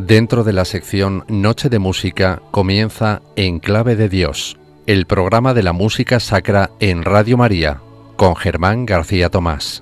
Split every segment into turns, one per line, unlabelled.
Dentro de la sección Noche de Música comienza En Clave de Dios, el programa de la música sacra en Radio María, con Germán García Tomás.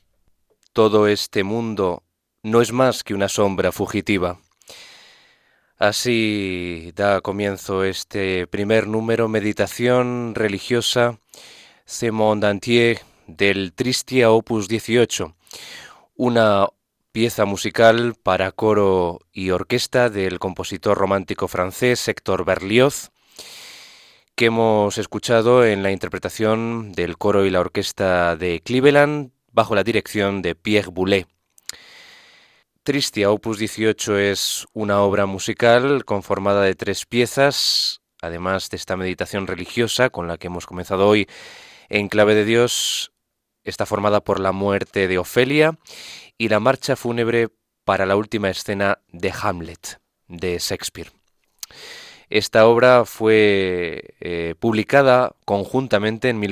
Todo este mundo no es más que una sombra fugitiva. Así da comienzo este primer número, Meditación religiosa Ce Monde Entier del Tristia Opus 18, una pieza musical para coro y orquesta del compositor romántico francés Hector Berlioz, que hemos escuchado en la interpretación del coro y la orquesta de Cleveland bajo la dirección de Pierre Boulez. Tristia Opus 18 es una obra musical conformada de 3 piezas, además de esta meditación religiosa con la que hemos comenzado hoy en Clave de Dios. Está formada por la muerte de Ofelia y la marcha fúnebre para la última escena de Hamlet, de Shakespeare. Esta obra fue publicada conjuntamente en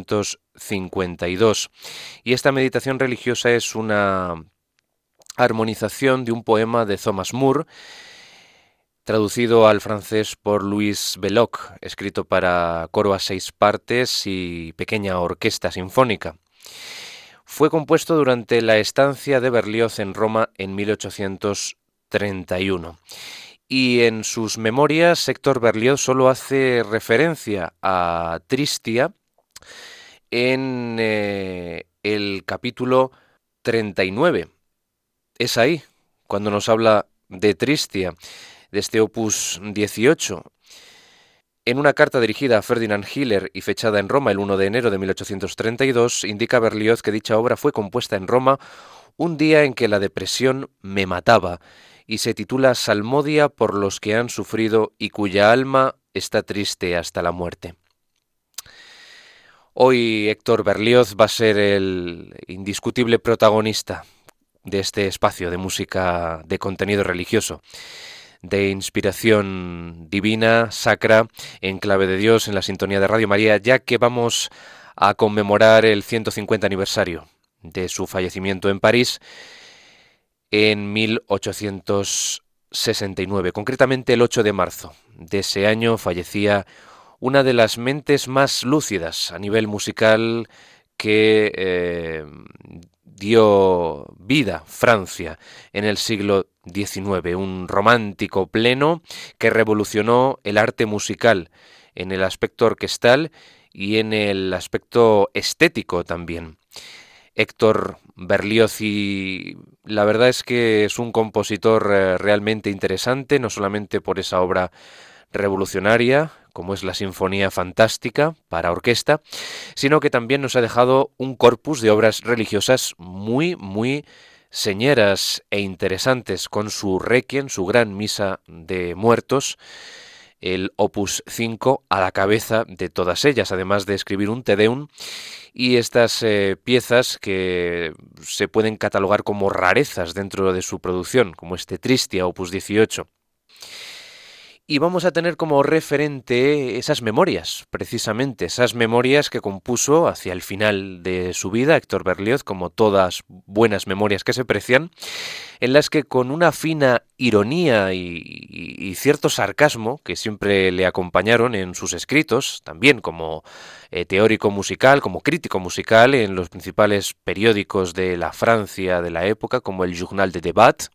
1852 y esta meditación religiosa es una armonización de un poema de Thomas Moore, traducido al francés por Louis Belloc, escrito para coro a 6 partes y pequeña orquesta sinfónica. Fue compuesto durante la estancia de Berlioz en Roma en 1831. Y en sus memorias, Hector Berlioz solo hace referencia a Tristia en el capítulo 39. Es ahí, cuando nos habla de Tristia, de este opus 18. En una carta dirigida a Ferdinand Hiller y fechada en Roma el 1 de enero de 1832, indica Berlioz que dicha obra fue compuesta en Roma un día en que la depresión me mataba, y se titula Salmodia por los que han sufrido y cuya alma está triste hasta la muerte. Hoy Hector Berlioz va a ser el indiscutible protagonista de este espacio de música de contenido religioso, de inspiración divina, sacra, en Clave de Dios, en la sintonía de Radio María, ya que vamos a conmemorar el 150 aniversario de su fallecimiento en París en 1869. Concretamente el 8 de marzo de ese año fallecía una de las mentes más lúcidas a nivel musical que dio vida Francia en el siglo XIX, un romántico pleno que revolucionó el arte musical en el aspecto orquestal y en el aspecto estético también. Héctor Berlioz, y la verdad es que es un compositor realmente interesante, no solamente por esa obra revolucionaria, como es la Sinfonía Fantástica para orquesta, sino que también nos ha dejado un corpus de obras religiosas muy señeras e interesantes, con su Requiem, su gran misa de muertos, el Opus 5 a la cabeza de todas ellas, además de escribir un Te Deum, y estas piezas que se pueden catalogar como rarezas dentro de su producción, como este Tristia Opus 18. Y vamos a tener como referente esas memorias, precisamente, esas memorias que compuso hacia el final de su vida Hector Berlioz, como todas buenas memorias que se precian, en las que con una fina ironía y cierto sarcasmo que siempre le acompañaron en sus escritos, también como teórico musical, como crítico musical en los principales periódicos de la Francia de la época, como el Journal de Débat,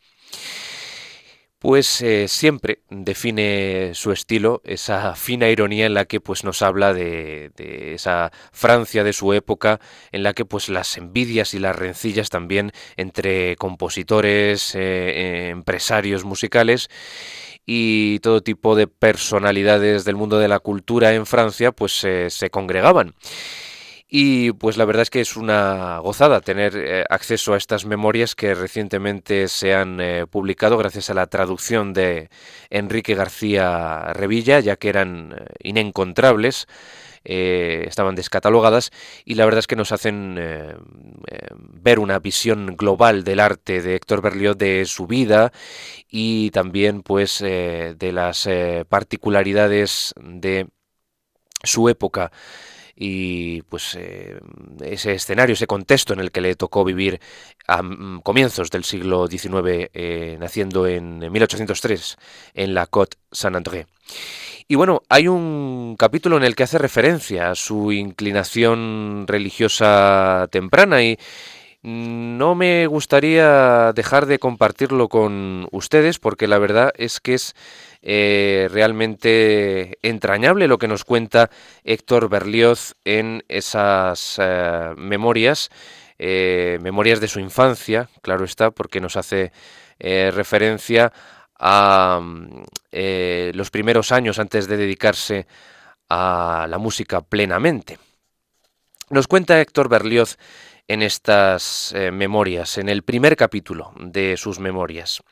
pues siempre define su estilo esa fina ironía en la que pues nos habla de esa Francia de su época, en la que pues las envidias y las rencillas también entre compositores, empresarios musicales y todo tipo de personalidades del mundo de la cultura en Francia pues se congregaban. Y pues la verdad es que es una gozada tener acceso a estas memorias que recientemente se han publicado gracias a la traducción de Enrique García Revilla, ya que eran inencontrables, estaban descatalogadas, y la verdad es que nos hacen ver una visión global del arte de Héctor Berlioz, de su vida y también pues de las particularidades de su época. Y pues ese escenario, ese contexto en el que le tocó vivir a comienzos del siglo XIX, naciendo en 1803 en la Côte Saint-André. Y bueno, hay un capítulo en el que hace referencia a su inclinación religiosa temprana y No me gustaría dejar de compartirlo con ustedes porque la verdad es que es realmente entrañable lo que nos cuenta Héctor Berlioz en esas memorias, memorias de su infancia, claro está, porque nos hace referencia a los primeros años antes de dedicarse a la música plenamente. Nos cuenta Héctor Berlioz en estas memorias, en el primer capítulo de sus memorias.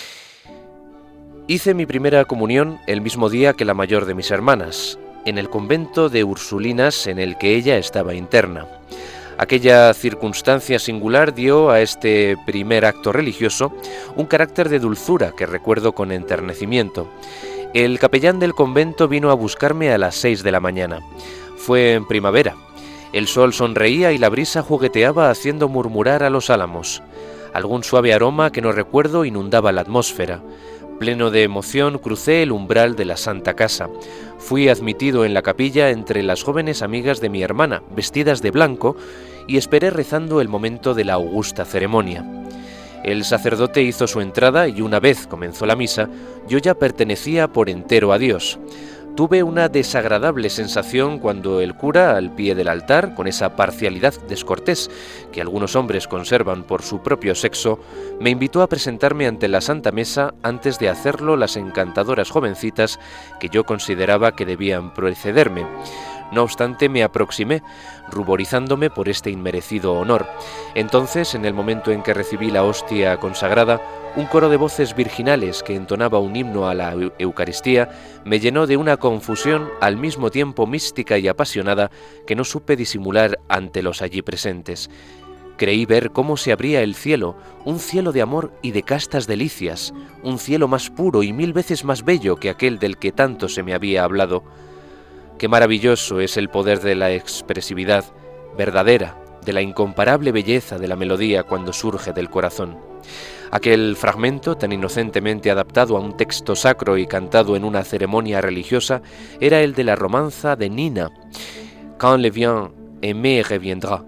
Hice mi primera comunión el mismo día que la mayor de mis hermanas, en el convento de Ursulinas en el que ella estaba interna. Aquella circunstancia singular dio a este primer acto religioso un carácter de dulzura que recuerdo con enternecimiento. El capellán del convento vino a buscarme a las 6 de la mañana. Fue en primavera. El sol sonreía y la brisa jugueteaba haciendo murmurar a los álamos. Algún suave aroma que no recuerdo inundaba la atmósfera. Pleno de emoción crucé el umbral de la Santa Casa. Fui admitido en la capilla entre las jóvenes amigas de mi hermana, vestidas de blanco, y esperé rezando el momento de la augusta ceremonia. El sacerdote hizo su entrada y una vez comenzó la misa, yo ya pertenecía por entero a Dios. Tuve una desagradable sensación cuando el cura, al pie del altar, con esa parcialidad descortés que algunos hombres conservan por su propio sexo, me invitó a presentarme ante la Santa Mesa antes de hacerlo las encantadoras jovencitas que yo consideraba que debían precederme. No obstante, me aproximé, ruborizándome por este inmerecido honor. Entonces, en el momento en que recibí la hostia consagrada, un coro de voces virginales que entonaba un himno a la Eucaristía me llenó de una confusión al mismo tiempo mística y apasionada que no supe disimular ante los allí presentes. Creí ver cómo se abría el cielo, un cielo de amor y de castas delicias, un cielo más puro y 1000 veces más bello que aquel del que tanto se me había hablado. Qué maravilloso es el poder de la expresividad verdadera, de la incomparable belleza de la melodía cuando surge del corazón. Aquel fragmento, tan inocentemente adaptado a un texto sacro y cantado en una ceremonia religiosa, era el de la romanza de Nina, Quand le bien aimé reviendra.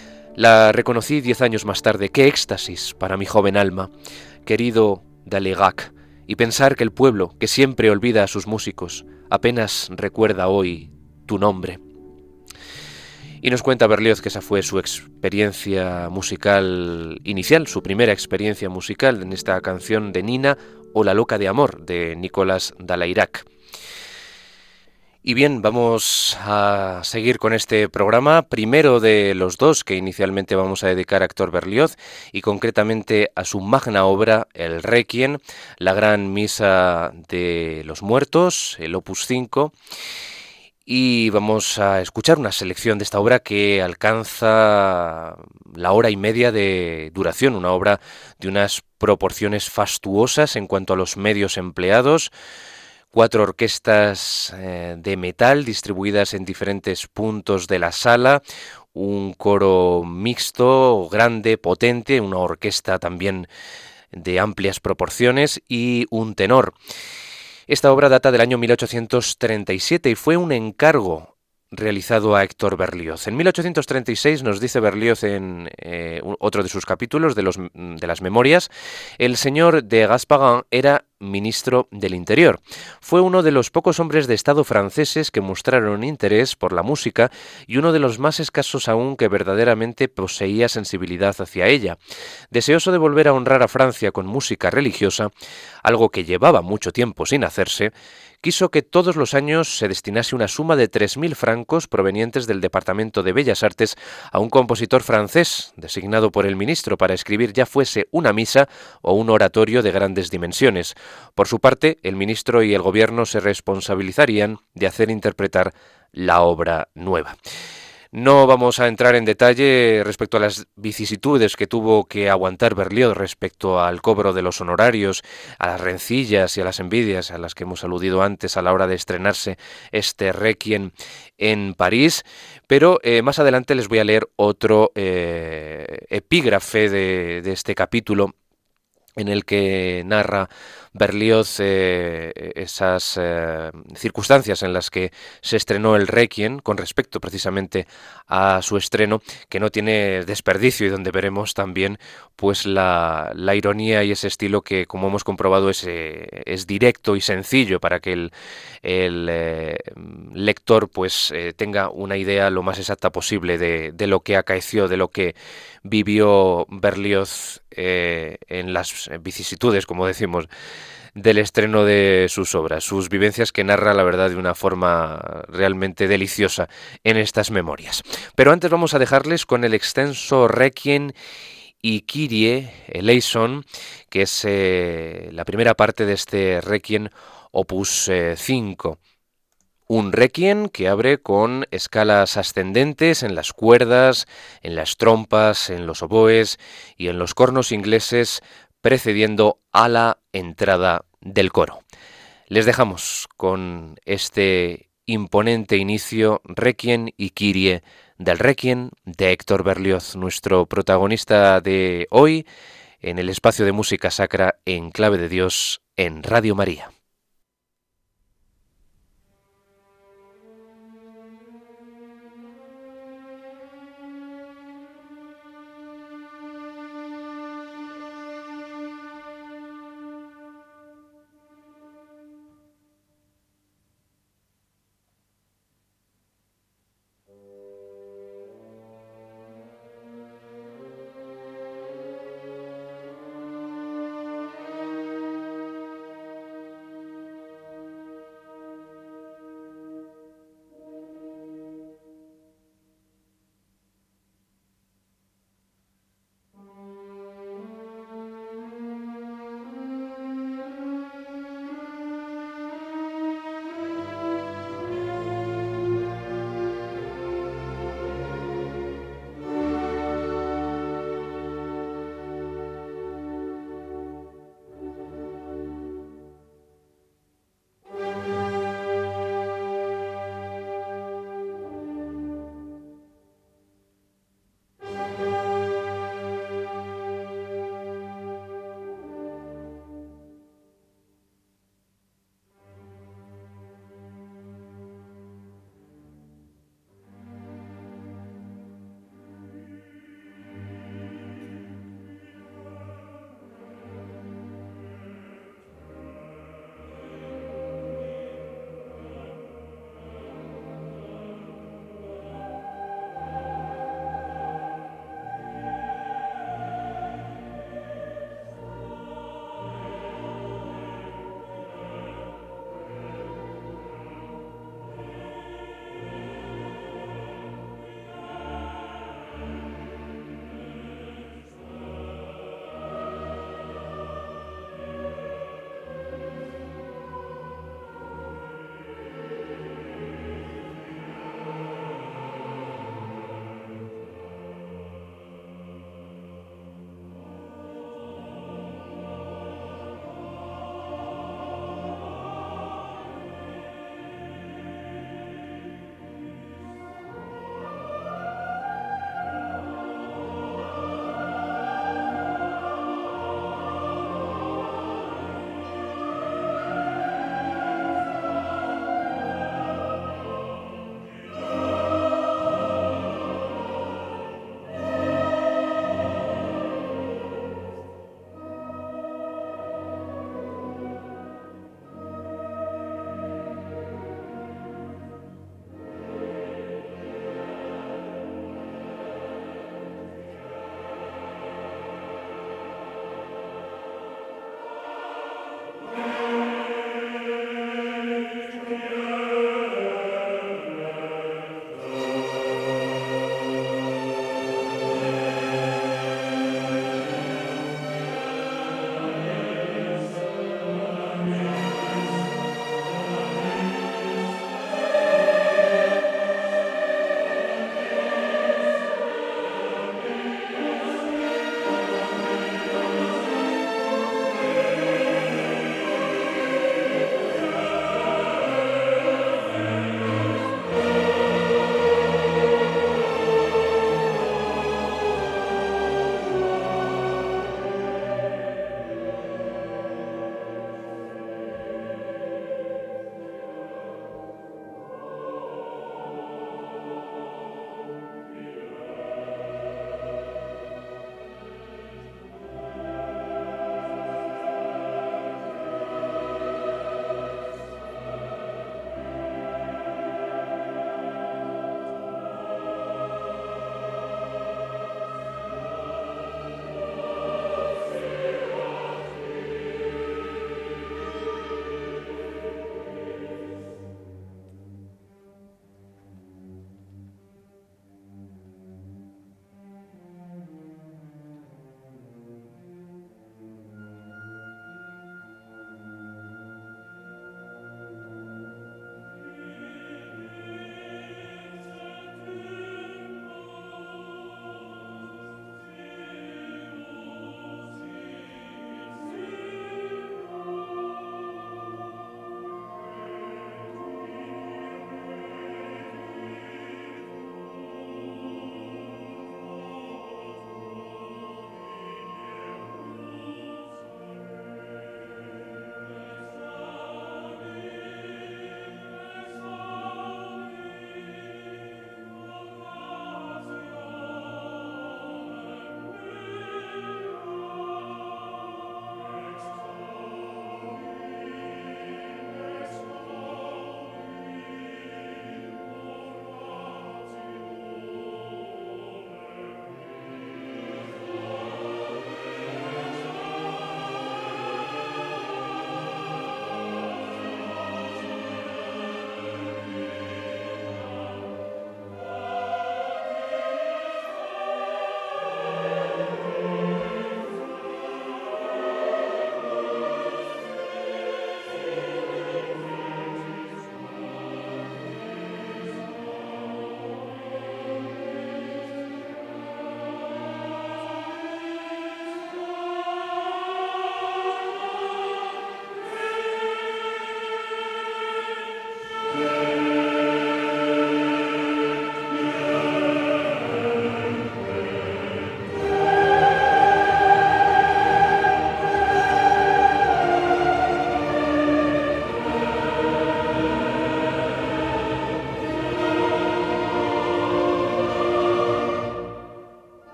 La reconocí 10 años más tarde. ¡Qué éxtasis para mi joven alma! Querido Dalérac, y pensar que el pueblo, que siempre olvida a sus músicos, apenas recuerda hoy tu nombre. Y nos cuenta Berlioz que esa fue su experiencia musical inicial, su primera experiencia musical en esta canción de Nina o La loca de amor de Nicolas Dalérac. Y bien, vamos a seguir con este programa, primero de los dos que inicialmente vamos a dedicar a Héctor Berlioz y concretamente a su magna obra, el Requiem, la gran misa de los muertos, el Opus 5, y vamos a escuchar una selección de esta obra que alcanza la hora y media de duración, una obra de unas proporciones fastuosas en cuanto a los medios empleados. 4 orquestas de metal distribuidas en diferentes puntos de la sala, un coro mixto, grande, potente, una orquesta también de amplias proporciones y un tenor. Esta obra data del año 1837 y fue un encargo realizado a Héctor Berlioz. En 1836 nos dice Berlioz en otro de sus capítulos de las memorias, el señor de Gasparin era ministro del Interior. Fue uno de los pocos hombres de Estado franceses que mostraron interés por la música y uno de los más escasos aún que verdaderamente poseía sensibilidad hacia ella. Deseoso de volver a honrar a Francia con música religiosa, algo que llevaba mucho tiempo sin hacerse, quiso que todos los años se destinase una suma de 3.000 francos provenientes del Departamento de Bellas Artes a un compositor francés designado por el ministro para escribir ya fuese una misa o un oratorio de grandes dimensiones. Por su parte, el ministro y el gobierno se responsabilizarían de hacer interpretar la obra nueva. No vamos a entrar en detalle respecto a las vicisitudes que tuvo que aguantar Berlioz respecto al cobro de los honorarios, a las rencillas y a las envidias a las que hemos aludido antes a la hora de estrenarse este Requiem en París, pero más adelante les voy a leer otro epígrafe de este capítulo, en el que narra Berlioz esas circunstancias en las que se estrenó el Requiem, con respecto precisamente a su estreno, que no tiene desperdicio y donde veremos también pues la ironía y ese estilo que, como hemos comprobado, es directo y sencillo para que el lector pues tenga una idea lo más exacta posible de lo que acaeció, de lo que vivió Berlioz en las vicisitudes, como decimos, del estreno de sus obras, sus vivencias que narra, la verdad, de una forma realmente deliciosa en estas memorias. Pero antes vamos a dejarles con el extenso Requiem y Kyrie eleison, que es la primera parte de este Requiem opus 5. Un requiem que abre con escalas ascendentes en las cuerdas, en las trompas, en los oboes y en los cornos ingleses, precediendo a la entrada del coro. Les dejamos con este imponente inicio Requiem y Kyrie del Requiem de Héctor Berlioz, nuestro protagonista de hoy en el espacio de música sacra en Clave de Dios en Radio María.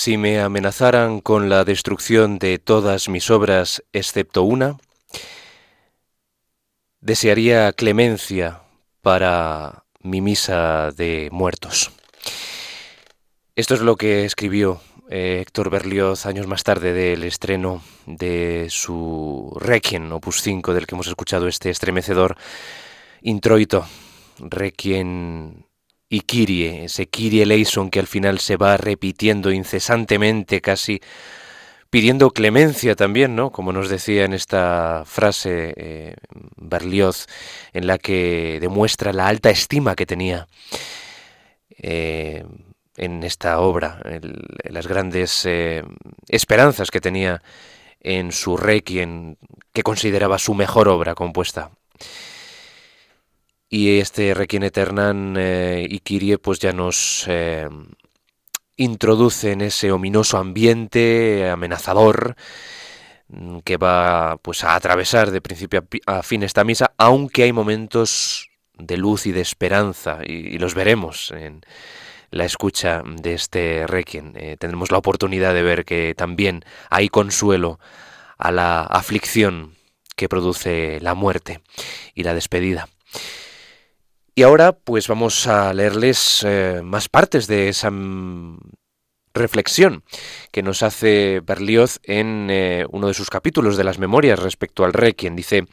Si me amenazaran con la destrucción de todas mis obras excepto una, desearía clemencia para mi misa de muertos. Esto es lo que escribió Héctor Berlioz años más tarde del estreno de su Requiem, opus 5, del que hemos escuchado este estremecedor introito, Requiem y Kyrie, ese Kyrie eleison que al final se va repitiendo incesantemente, casi pidiendo clemencia también, ¿no? Como nos decía en esta frase Berlioz, en la que demuestra la alta estima que tenía en esta obra, las grandes esperanzas que tenía en su Requiem, que consideraba su mejor obra compuesta. Y este Requiem aeternam y Kyrie pues ya nos introduce en ese ominoso ambiente amenazador que va pues a atravesar de principio a fin esta misa, aunque hay momentos de luz y de esperanza, y los veremos en la escucha de este Requiem. Tendremos la oportunidad de ver que también hay consuelo a la aflicción que produce la muerte y la despedida. Y ahora pues vamos a leerles más partes de esa reflexión que nos hace Berlioz en uno de sus capítulos de las Memorias respecto al Requiem. Dice: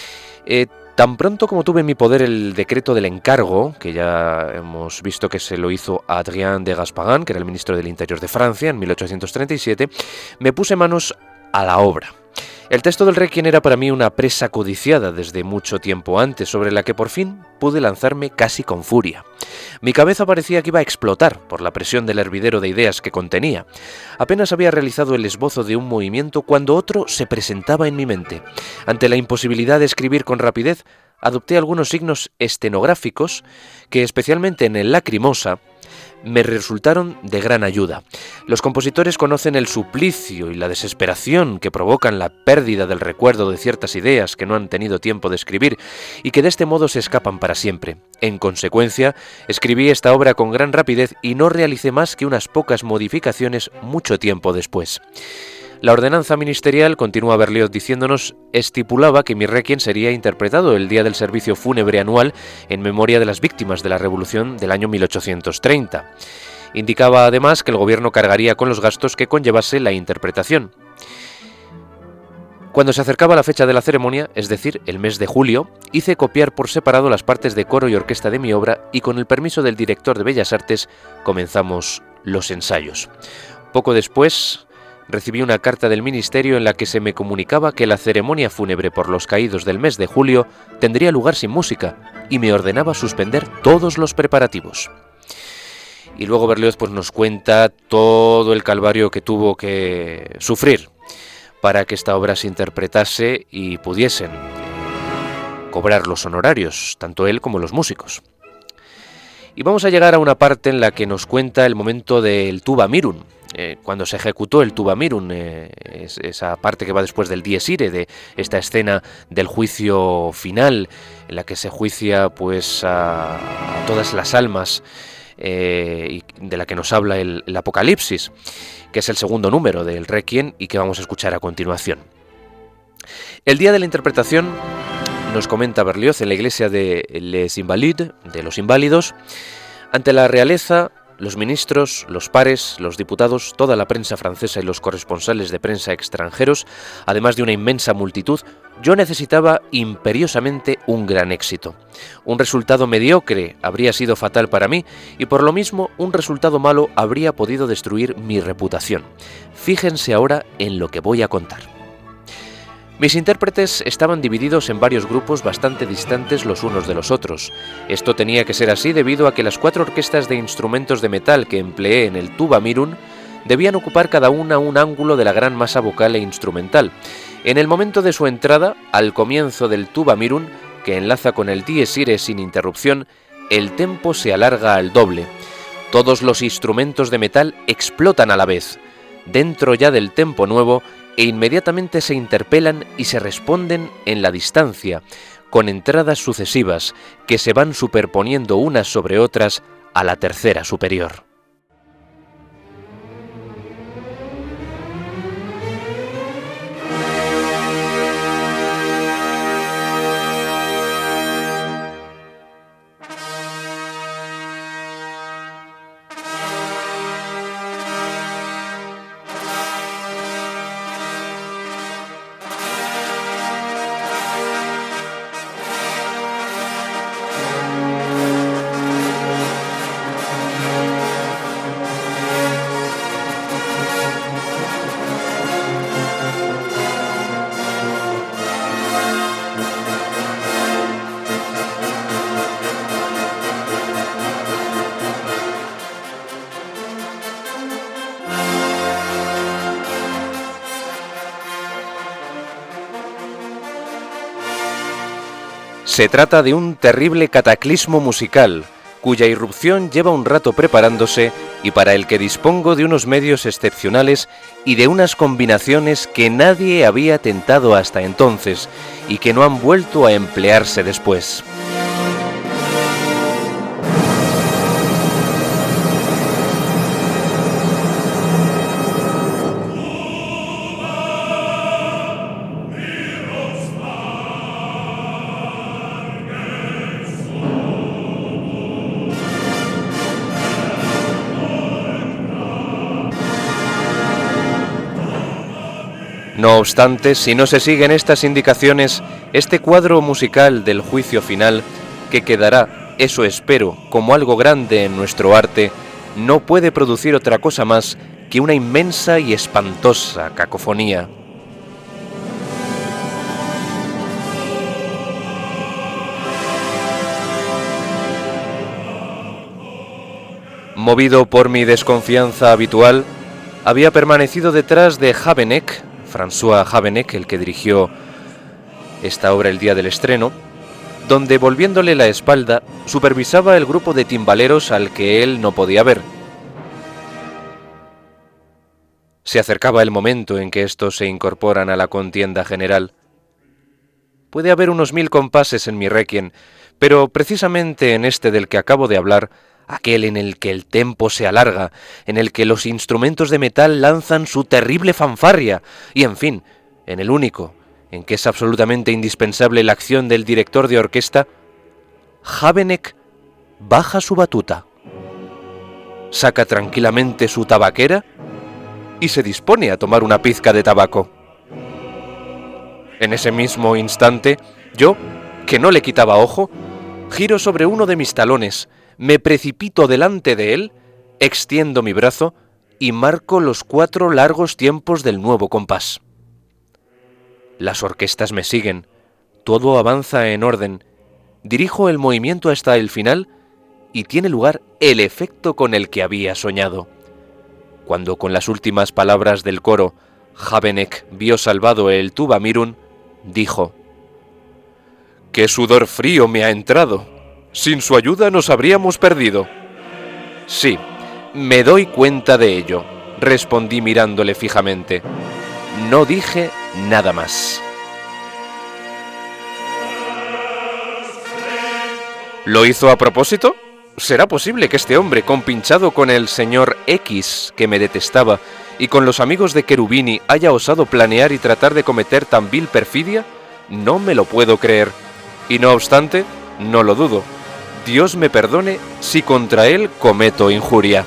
tan pronto como tuve en mi poder el decreto del encargo, que ya hemos visto que se lo hizo a Adrien de Gasparin, que era el ministro del Interior de Francia, en 1837, me puse manos a la obra. El texto del Requiem era para mí una presa codiciada desde mucho tiempo antes, sobre la que por fin pude lanzarme casi con furia. Mi cabeza parecía que iba a explotar por la presión del hervidero de ideas que contenía. Apenas había realizado el esbozo de un movimiento cuando otro se presentaba en mi mente. Ante la imposibilidad de escribir con rapidez, adopté algunos signos estenográficos que, especialmente en el Lacrimosa, me resultaron de gran ayuda. Los compositores conocen el suplicio y la desesperación que provocan la pérdida del recuerdo de ciertas ideas que no han tenido tiempo de escribir y que de este modo se escapan para siempre. En consecuencia, escribí esta obra con gran rapidez y no realicé más que unas pocas modificaciones mucho tiempo después. La ordenanza ministerial, continúa Berlioz diciéndonos, estipulaba que mi Requiem sería interpretado el día del servicio fúnebre anual en memoria de las víctimas de la Revolución del año 1830. Indicaba además que el gobierno cargaría con los gastos que conllevase la interpretación. Cuando se acercaba la fecha de la ceremonia, es decir, el mes de julio, hice copiar por separado las partes de coro y orquesta de mi obra y con el permiso del director de Bellas Artes comenzamos los ensayos. Poco después recibí una carta del ministerio en la que se me comunicaba que la ceremonia fúnebre por los caídos del mes de julio tendría lugar sin música y me ordenaba suspender todos los preparativos. Y luego Berlioz pues nos cuenta todo el calvario que tuvo que sufrir para que esta obra se interpretase y pudiesen cobrar los honorarios, tanto él como los músicos. Y vamos a llegar a una parte en la que nos cuenta el momento del Tuba Mirum, cuando se ejecutó el Tuba Mirum, esa parte que va después del Dies Irae, de esta escena del juicio final, en la que se juicia pues a todas las almas, y de la que nos habla el Apocalipsis, que es el segundo número del Requiem y que vamos a escuchar a continuación. El día de la interpretación, nos comenta Berlioz, en la iglesia de Les Invalides, de los inválidos, ante la realeza, los ministros, los pares, los diputados, toda la prensa francesa y los corresponsales de prensa extranjeros, además de una inmensa multitud, yo necesitaba imperiosamente un gran éxito. Un resultado mediocre habría sido fatal para mí y por lo mismo un resultado malo habría podido destruir mi reputación. Fíjense ahora en lo que voy a contar. Mis intérpretes estaban divididos en varios grupos bastante distantes los unos de los otros. Esto tenía que ser así debido a que las 4 orquestas de instrumentos de metal que empleé en el Tuba Mirum debían ocupar cada una un ángulo de la gran masa vocal e instrumental. En el momento de su entrada, al comienzo del Tuba Mirum, que enlaza con el Dies Irae sin interrupción, el tempo se alarga al doble. Todos los instrumentos de metal explotan a la vez. Dentro ya del tempo nuevo, e inmediatamente se interpelan y se responden en la distancia, con entradas sucesivas que se van superponiendo unas sobre otras a la tercera superior. Se trata de un terrible cataclismo musical, cuya irrupción lleva un rato preparándose y para el que dispongo de unos medios excepcionales y de unas combinaciones que nadie había tentado hasta entonces y que no han vuelto a emplearse después. No obstante, si no se siguen estas indicaciones, este cuadro musical del juicio final, que quedará, eso espero, como algo grande en nuestro arte, no puede producir otra cosa más que una inmensa y espantosa cacofonía. Movido por mi desconfianza habitual, había permanecido detrás de Habeneck, François Habeneck, el que dirigió esta obra el día del estreno, donde, volviéndole la espalda, supervisaba el grupo de timbaleros al que él no podía ver. Se acercaba el momento en que estos se incorporan a la contienda general. Puede haber unos 1000 compases en mi requiem, pero precisamente en este del que acabo de hablar, aquel en el que el tempo se alarga, en el que los instrumentos de metal lanzan su terrible fanfarria, y en fin, en el único, en que es absolutamente indispensable la acción del director de orquesta, Habeneck baja su batuta, saca tranquilamente su tabaquera y se dispone a tomar una pizca de tabaco. En ese mismo instante, yo, que no le quitaba ojo, giro sobre uno de mis talones, me precipito delante de él, extiendo mi brazo y marco los 4 largos tiempos del nuevo compás. Las orquestas me siguen, todo avanza en orden, dirijo el movimiento hasta el final y tiene lugar el efecto con el que había soñado. Cuando con las últimas palabras del coro Habeneck vio salvado el tuba mirum, dijo: «¡Qué sudor frío me ha entrado! Sin su ayuda nos habríamos perdido». «Sí, me doy cuenta de ello», respondí mirándole fijamente. No dije nada más. ¿Lo hizo a propósito? ¿Será posible que este hombre, compinchado con el señor X, que me detestaba, y con los amigos de Cherubini, haya osado planear y tratar de cometer tan vil perfidia? No me lo puedo creer. Y no obstante, no lo dudo. Dios me perdone si contra él cometo injuria.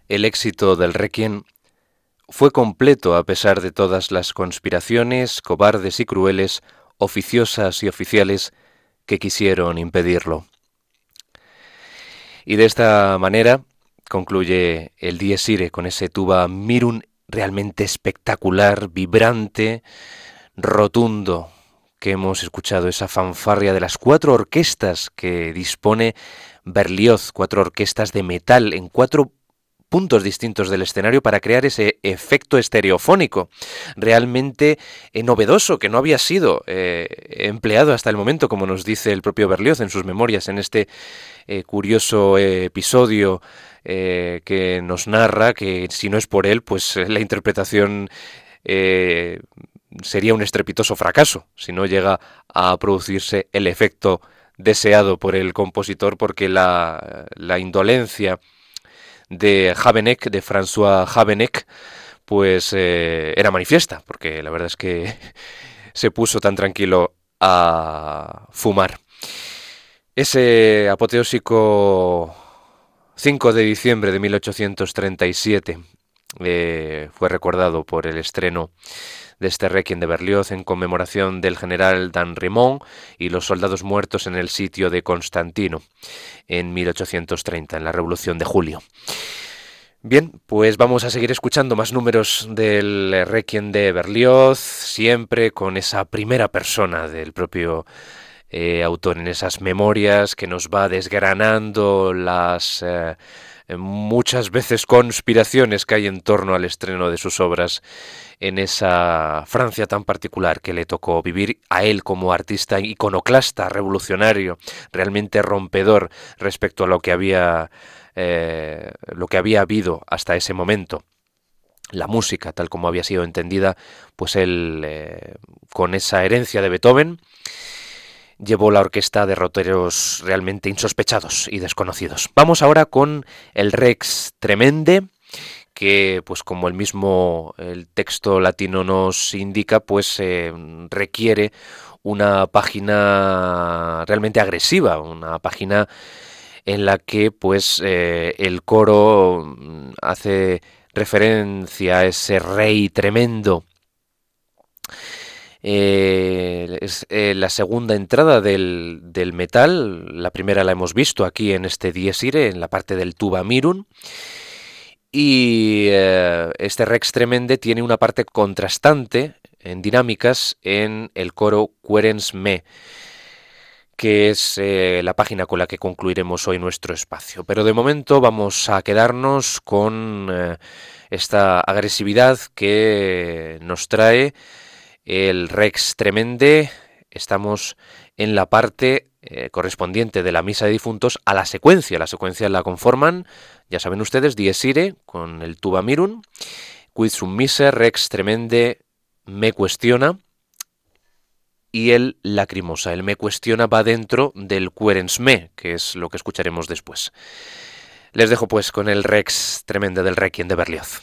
el éxito del Requiem fue completo a pesar de todas las conspiraciones, cobardes y crueles, oficiosas y oficiales, que quisieron impedirlo. Y de esta manera concluye el Dies Irae con ese tuba mirum realmente espectacular, vibrante, rotundo, que hemos escuchado, esa fanfarria de las 4 orquestas que dispone Berlioz, 4 orquestas de metal en 4 puntos distintos del escenario para crear ese efecto estereofónico realmente novedoso, que no había sido empleado hasta el momento, como nos dice el propio Berlioz en sus memorias, en este curioso episodio que nos narra que, si no es por él, pues la interpretación sería un estrepitoso fracaso si no llega a producirse el efecto deseado por el compositor, porque la indolencia de Habeneck, de François Habeneck, pues era manifiesta, porque la verdad es que se puso tan tranquilo a fumar. Ese apoteósico 5 de diciembre de 1837 fue recordado por el estreno de este Requiem de Berlioz en conmemoración del general d'Andremont y los soldados muertos en el sitio de Constantino en 1830, en la Revolución de Julio. Bien, pues vamos a seguir escuchando más números del Requiem de Berlioz, siempre con esa primera persona del propio autor, en esas memorias que nos va desgranando las muchas veces conspiraciones que hay en torno al estreno de sus obras en esa Francia tan particular que le tocó vivir a él como artista iconoclasta, revolucionario, realmente rompedor respecto a lo que había habido hasta ese momento. La música, tal como había sido entendida, pues él, con esa herencia de Beethoven, llevó la orquesta a derroteros realmente insospechados y desconocidos. Vamos ahora con el Rex Tremende, que, pues como el texto latino nos indica, pues requiere una página realmente agresiva, una página en la que pues el coro hace referencia a ese rey tremendo. Es la segunda entrada del metal. La primera la hemos visto aquí en este Dies Irae, en la parte del tuba mirum. Y este Rex Tremende tiene una parte contrastante en dinámicas en el coro Querens Me, que es la página con la que concluiremos hoy nuestro espacio. Pero de momento vamos a quedarnos con esta agresividad que nos trae el Rex Tremende. Estamos en la parte correspondiente de la Misa de Difuntos a la secuencia. La secuencia la conforman, ya saben ustedes, Dies Irae con el tuba mirum, Quid sum miser, Rex Tremende, Me cuestiona, y el Lacrimosa. El Me cuestiona va dentro del Querens Me, que es lo que escucharemos después. Les dejo pues con el Rex Tremende del Requiem de Berlioz.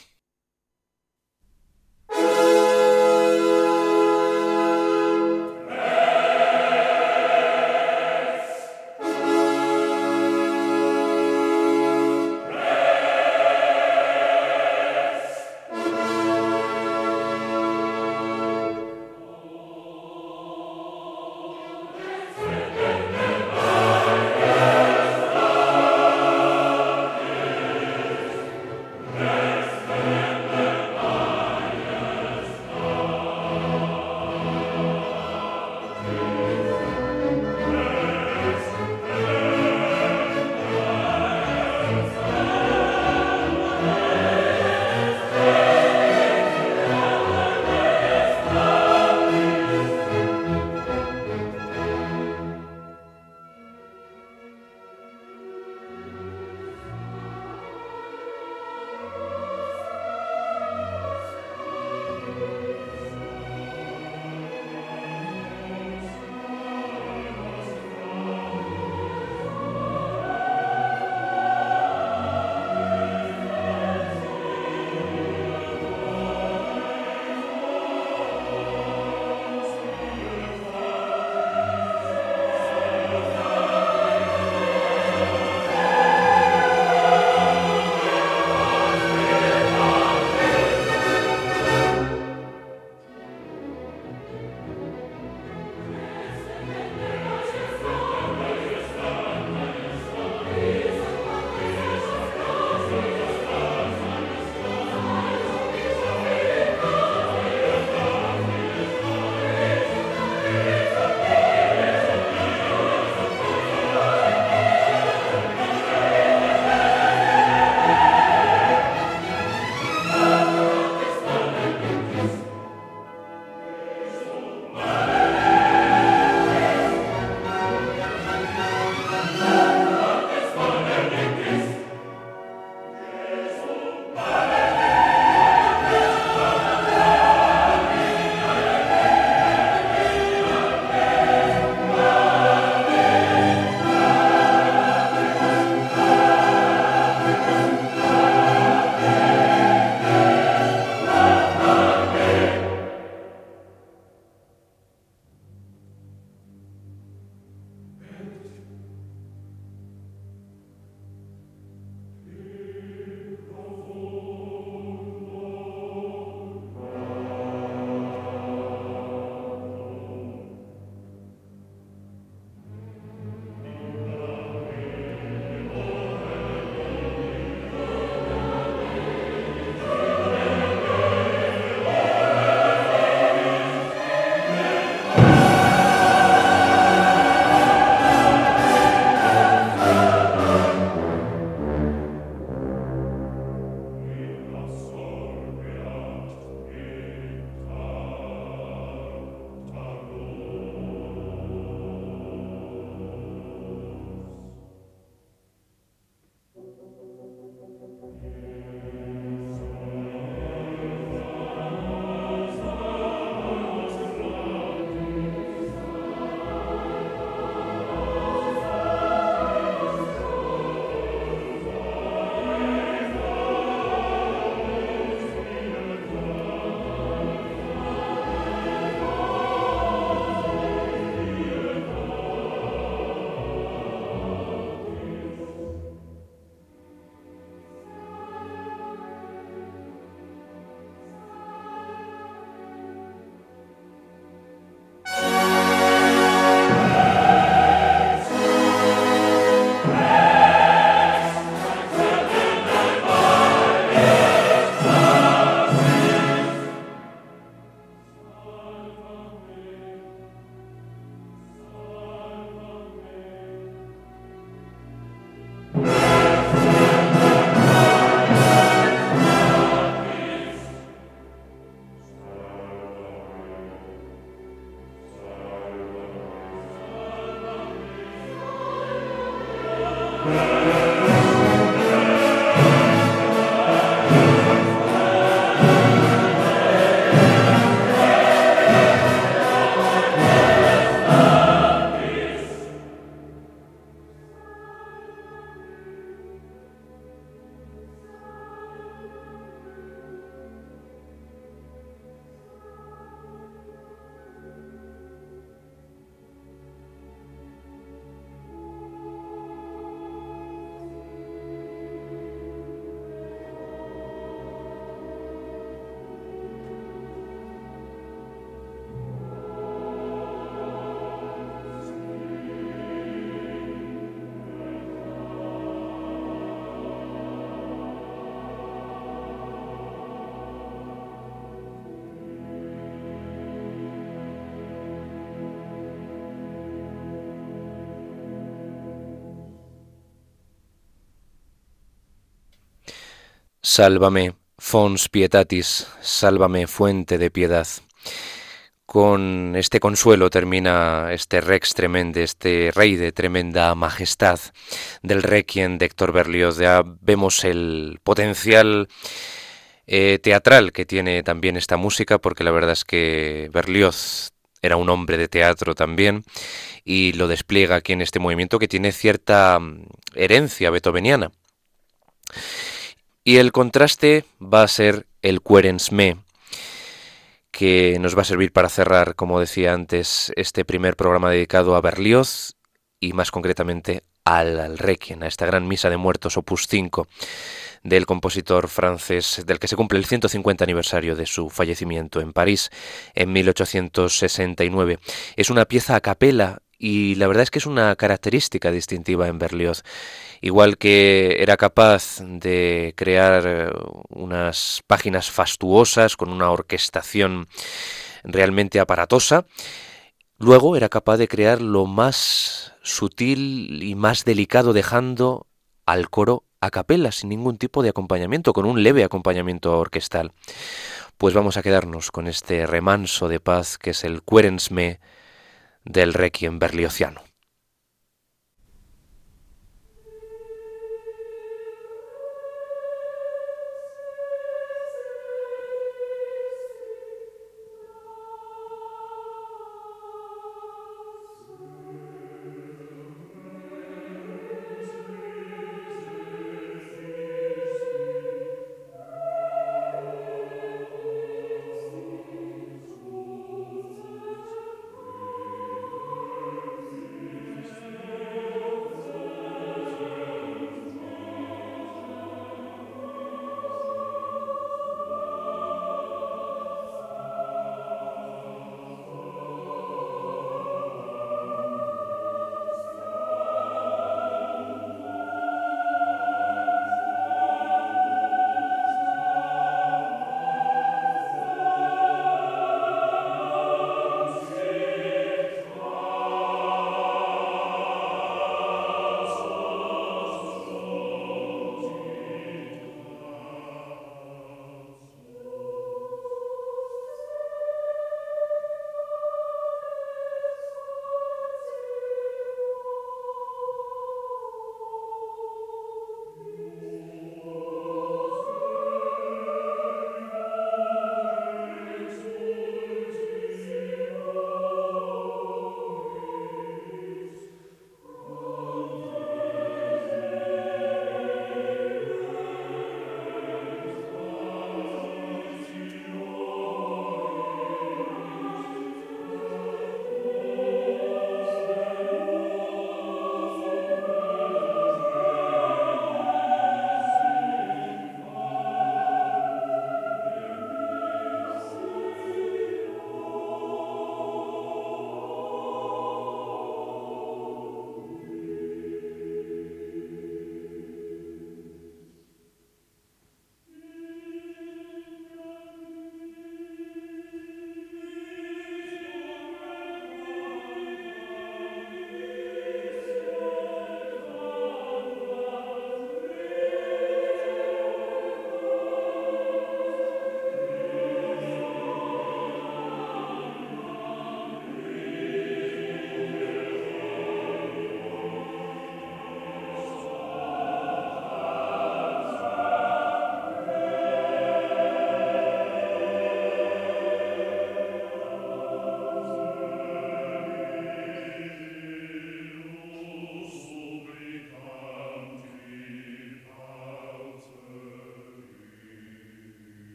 Sálvame, fons pietatis, sálvame, fuente de piedad. Con este consuelo termina este Rex Tremendi, este rey de tremenda majestad del Requiem de Héctor Berlioz. Ya vemos el potencial teatral que tiene también esta música, porque la verdad es que Berlioz era un hombre de teatro también, y lo despliega aquí en este movimiento que tiene cierta herencia beethoveniana. Y el contraste va a ser el Querens Me, que nos va a servir para cerrar, como decía antes, este primer programa dedicado a Berlioz y más concretamente al Requiem, a esta gran misa de muertos opus 5 del compositor francés, del que se cumple el 150 aniversario de su fallecimiento en París en 1869. Es una pieza a capela y la verdad es que es una característica distintiva en Berlioz. Igual que era capaz de crear unas páginas fastuosas con una orquestación realmente aparatosa, luego era capaz de crear lo más sutil y más delicado, dejando al coro a capela, sin ningún tipo de acompañamiento, con un leve acompañamiento orquestal. Pues vamos a quedarnos con este remanso de paz que es el Querens Me del Requiem berlioziano.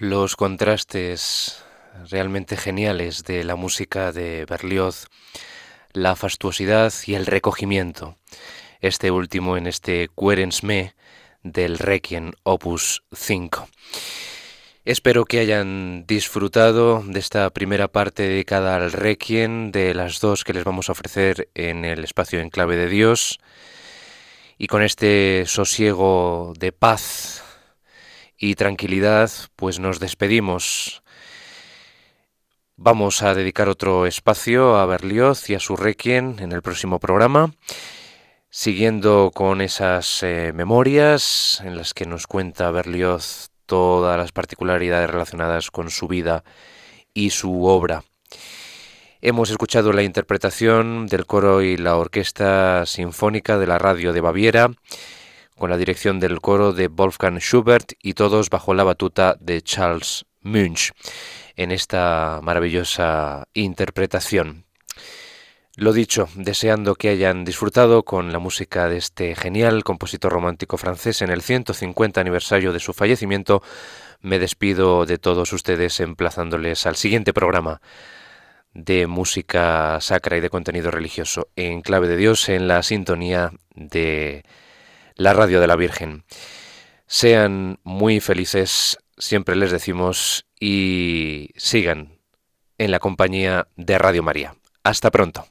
los contrastes realmente geniales de la música de Berlioz, la fastuosidad y el recogimiento, este último en este Querens Me del Requiem Opus 5. Espero que hayan disfrutado de esta primera parte dedicada al Requiem, de las dos que les vamos a ofrecer en el espacio En Clave de Dios, y con este sosiego de paz y tranquilidad, pues nos despedimos. Vamos a dedicar otro espacio a Berlioz y a su Requiem en el próximo programa, siguiendo con esas memorias en las que nos cuenta Berlioz todas las particularidades relacionadas con su vida y su obra. Hemos escuchado la interpretación del coro y la orquesta sinfónica de la Radio de Baviera, con la dirección del coro de Wolfgang Schubert y todos bajo la batuta de Charles Munch en esta maravillosa interpretación. Lo dicho, deseando que hayan disfrutado con la música de este genial compositor romántico francés en el 150 aniversario de su fallecimiento, me despido de todos ustedes emplazándoles al siguiente programa de música sacra y de contenido religioso en Clave de Dios en la sintonía de la Radio de la Virgen. Sean muy felices, siempre les decimos, y sigan en la compañía de Radio María. Hasta pronto.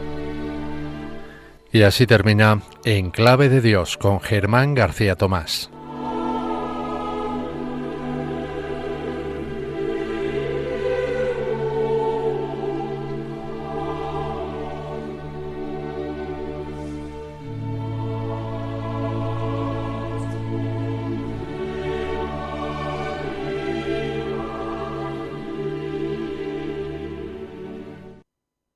Y así termina En Clave de Dios con Germán García Tomás.